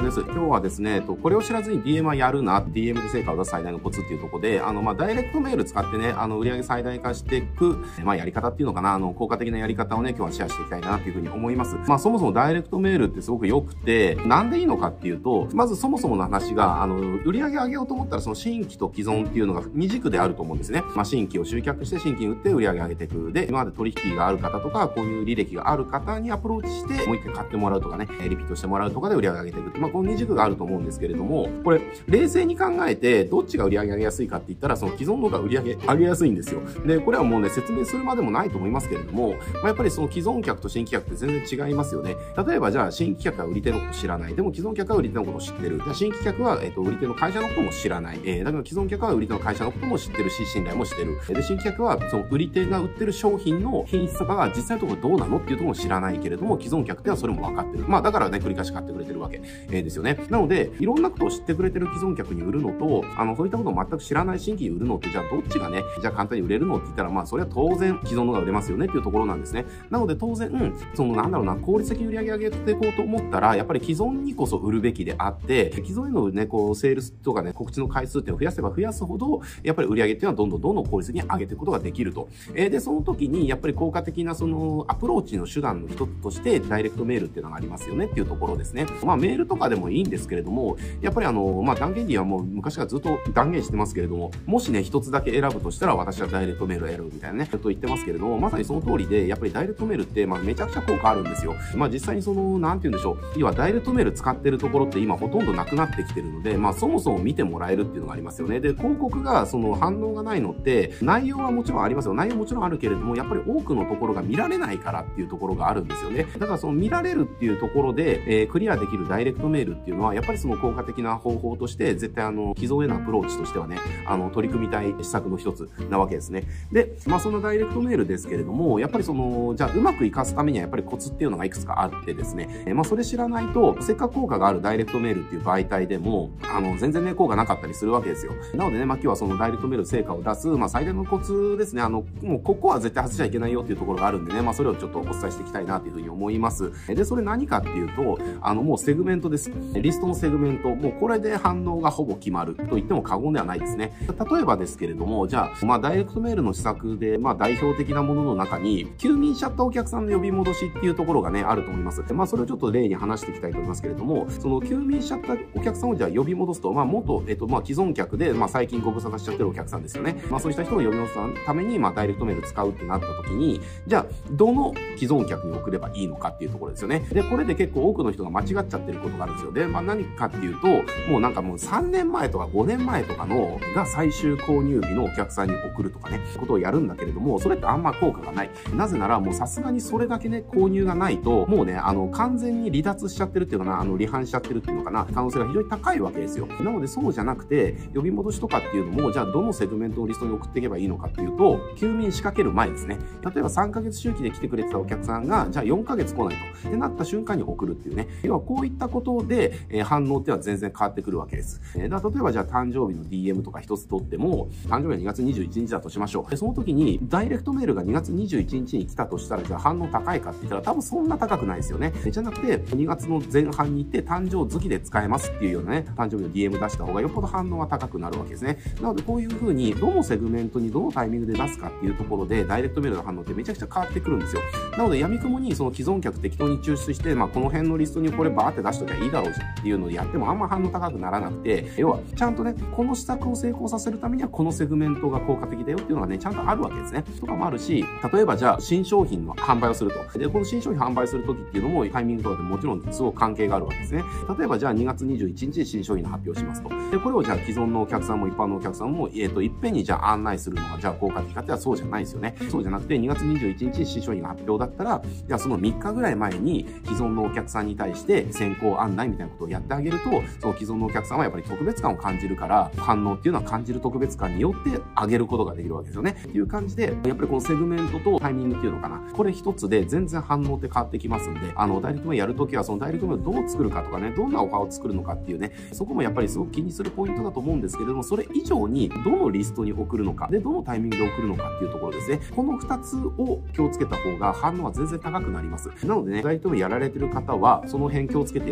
です。今日はですね、これを知らずに DM はやるな、DM で成果を出す最大のコツっていうところで、ダイレクトメール使ってね、売上最大化していく、やり方っていうのかな、効果的なやり方をね、今日はシェアしていきたいなっていうふうに思います。そもそもダイレクトメールってすごく良くて、なんでいいのかっていうと、まずそもそもの話が、売上上げようと思ったら、その新規と既存っていうのが二軸であると思うんですね。新規を集客して新規に売って売上上げていく。で、今まで取引がある方とか、こういう履歴がある方にアプローチして、もう一回買ってもらうとかね、リピートしてもらうとかで売上上げていく。この二軸があると思うんですけれども、これ、冷静に考えて、どっちが売上上げやすいかって言ったら、その既存の方が売上上げやすいんですよ。で、これはもうね、説明するまでもないと思いますけれども、やっぱりその既存客と新規客って全然違いますよね。例えばじゃあ、新規客は売り手のこと知らない。でも既存客は売り手のことを知ってる。じゃあ、新規客は、売り手の会社のことも知らない。だから既存客は売り手の会社のことも知ってるし、信頼もしてる。で、新規客は、その売り手が売ってる商品の品質とかが実際のところどうなのっていうところも知らないけれども、既存客ってはそれも分かってる。だからね、繰り返し買ってくれてるわけ、ですよね。なので、いろんなことを知ってくれてる既存客に売るのと、そういったことを全く知らない新規に売るのって、じゃあどっちがね、じゃあ簡単に売れるのって言ったら、それは当然既存のが売れますよねっていうところなんですね。なので当然、効率的に売り上げ上げていこうと思ったら、やっぱり既存にこそ売るべきであって、既存へのね、セールスとかね、告知の回数っていうのを増やせば増やすほど、やっぱり売り上げっていうのはどんどん効率的に上げていくことができると。で、その時に、やっぱり効果的なアプローチの手段の一つとして、ダイレクトメールっていうのがありますよねっていうところですね。メールとかでもいいんですけれども、やっぱり断言にはもう昔からずっと断言してますけれども、もしね、一つだけ選ぶとしたら、私はダイレクトメールを選ぶみたいなね、と言ってますけれども、まさにその通りで、やっぱりダイレクトメールって、めちゃくちゃ効果あるんですよ。実際になんて言うんでしょう。要はダイレクトメール使ってるところって今ほとんどなくなってきてるので、そもそも見てもらえるっていうのがありますよね。で、広告が反応がないのって、内容はもちろんありますよ。内容もちろんあるけれども、やっぱり多くのところが見られないからっていうところがあるんですよね。だから見られるっていうところで、クリアできるダイレクトメールっていうのは、やっぱり効果的な方法として、絶対既存へのアプローチとしてはね、取り組みたい施策の一つなわけですね。で、そのダイレクトメールですけれども、やっぱりじゃあうまく活かすためにはやっぱりコツっていうのがいくつかあってですね、それ知らないと、せっかく効果があるダイレクトメールっていう媒体でも、全然ね、効果なかったりするわけですよ。なのでね、今日はダイレクトメール成果を出す、最大のコツですね。もうここは絶対外しちゃいけないよっていうところがあるんでね、それをちょっとお伝えしていきたいなというふうに思います。で、それ何かっていうと、もうセグメントです。リストのセグメント、もうこれで反応がほぼ決まると言っても過言ではないですね。例えばですけれども、じゃあ、ダイレクトメールの施策で、代表的なものの中に、休眠しちゃったお客さんの呼び戻しっていうところがね、あると思います。それをちょっと例に話していきたいと思いますけれども、休眠しちゃったお客さんをじゃあ呼び戻すと、元、既存客で、最近ご無沙汰しちゃってるお客さんですよね。そうした人を呼び戻すために、ダイレクトメール使うってなった時に、じゃあ、どの既存客に送ればいいのかっていうところですよね。で、これで結構多くの人が間違っちゃってることがあるんですよ。で、何かっていうと、もう3年前とか5年前とかのが最終購入日のお客さんに送るとかね、ことをやるんだけれども、それってあんま効果がない。なぜならもうさすがにそれだけね、購入がないと、もうね、完全に離脱しちゃってるっていうのかな、離反しちゃってるっていうのかな、可能性が非常に高いわけですよ。なのでそうじゃなくて、呼び戻しとかっていうのも、じゃあどのセグメントのリストに送っていけばいいのかっていうと、休眠仕掛ける前ですね。例えば3ヶ月周期で来てくれてたお客さんが、じゃあ4ヶ月来ないと。ってなった瞬間に送るっていうね。要はこういったことで、反応っていうのは全然変わってくるわけです。例えばじゃあ誕生日の DM とか一つ取っても、誕生日は2月21日だとしましょう。で、その時に、ダイレクトメールが2月21日に来たとしたら、じゃあ反応高いかって言ったら多分そんな高くないですよね。じゃなくて、2月の前半に行って誕生月で使えますっていうようなね、誕生日の DM 出した方がよっぽど反応は高くなるわけですね。なのでこういう風に、どのセグメントにどのタイミングで出すかっていうところで、ダイレクトメールの反応ってめちゃくちゃ変わってくるんですよ。なので、闇雲にその既存客適当に抽出して、この辺のリストにこれバーって出しときゃいいだろうじゃんっていうのでやってもあんま反応高くならなくて、要は、ちゃんとね、この施策を成功させるためにはこのセグメントが効果的だよっていうのがね、ちゃんとあるわけですね。とかもあるし、例えばじゃあ、新商品の販売をすると。で、この新商品販売するときっていうのも、タイミングとかでもちろんすごく関係があるわけですね。例えばじゃあ、2月21日に新商品の発表しますと。で、これをじゃあ、既存のお客さんも一般のお客さんも、いっぺんにじゃあ案内するのが、じゃあ効果的かってはそうじゃないですよね。そうじゃなくて、2月21日に新商品が発表だったら、じゃあその3日ぐらい前に、既存のお客さんに対して先行案内みたいなことをやってあげると、その既存のお客さんはやっぱり特別感を感じるから、反応っていうのは感じる特別感によってあげることができるわけですよね。っていう感じで、やっぱりこのセグメントとタイミングっていうのかな。これ一つで全然反応って変わってきますんで、ダイレクトメールやるときはそのダイレクトメールをどう作るかとかね、どんなオファーを作るのかっていうね、そこもやっぱりすごく気にするポイントだと思うんですけれども、それ以上にどのリストに送るのか、で、どのタイミングで送るのかっていうところですね。この2つを気をつけた方が反応は全然高くなります。なのでね、ダイレクトメールやられてる方は、その辺気をつけてやってもらえる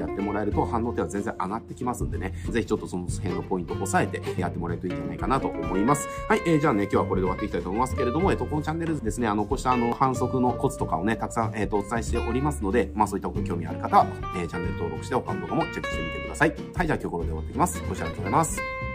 ると反応っては全然上がってきますんでね、ぜひちょっとその辺のポイントを押さえてやってもらえるといいんじゃないかなと思います。はい、じゃあね、今日はこれで終わっていきたいと思いますけれども、このチャンネルですね、こうした反則のコツとかをね、たくさん、お伝えしておりますので、そういったことに興味ある方は、チャンネル登録して他の動画もチェックしてみてください。はい、じゃあ今日これで終わっていきます。ご視聴ありがとうございます。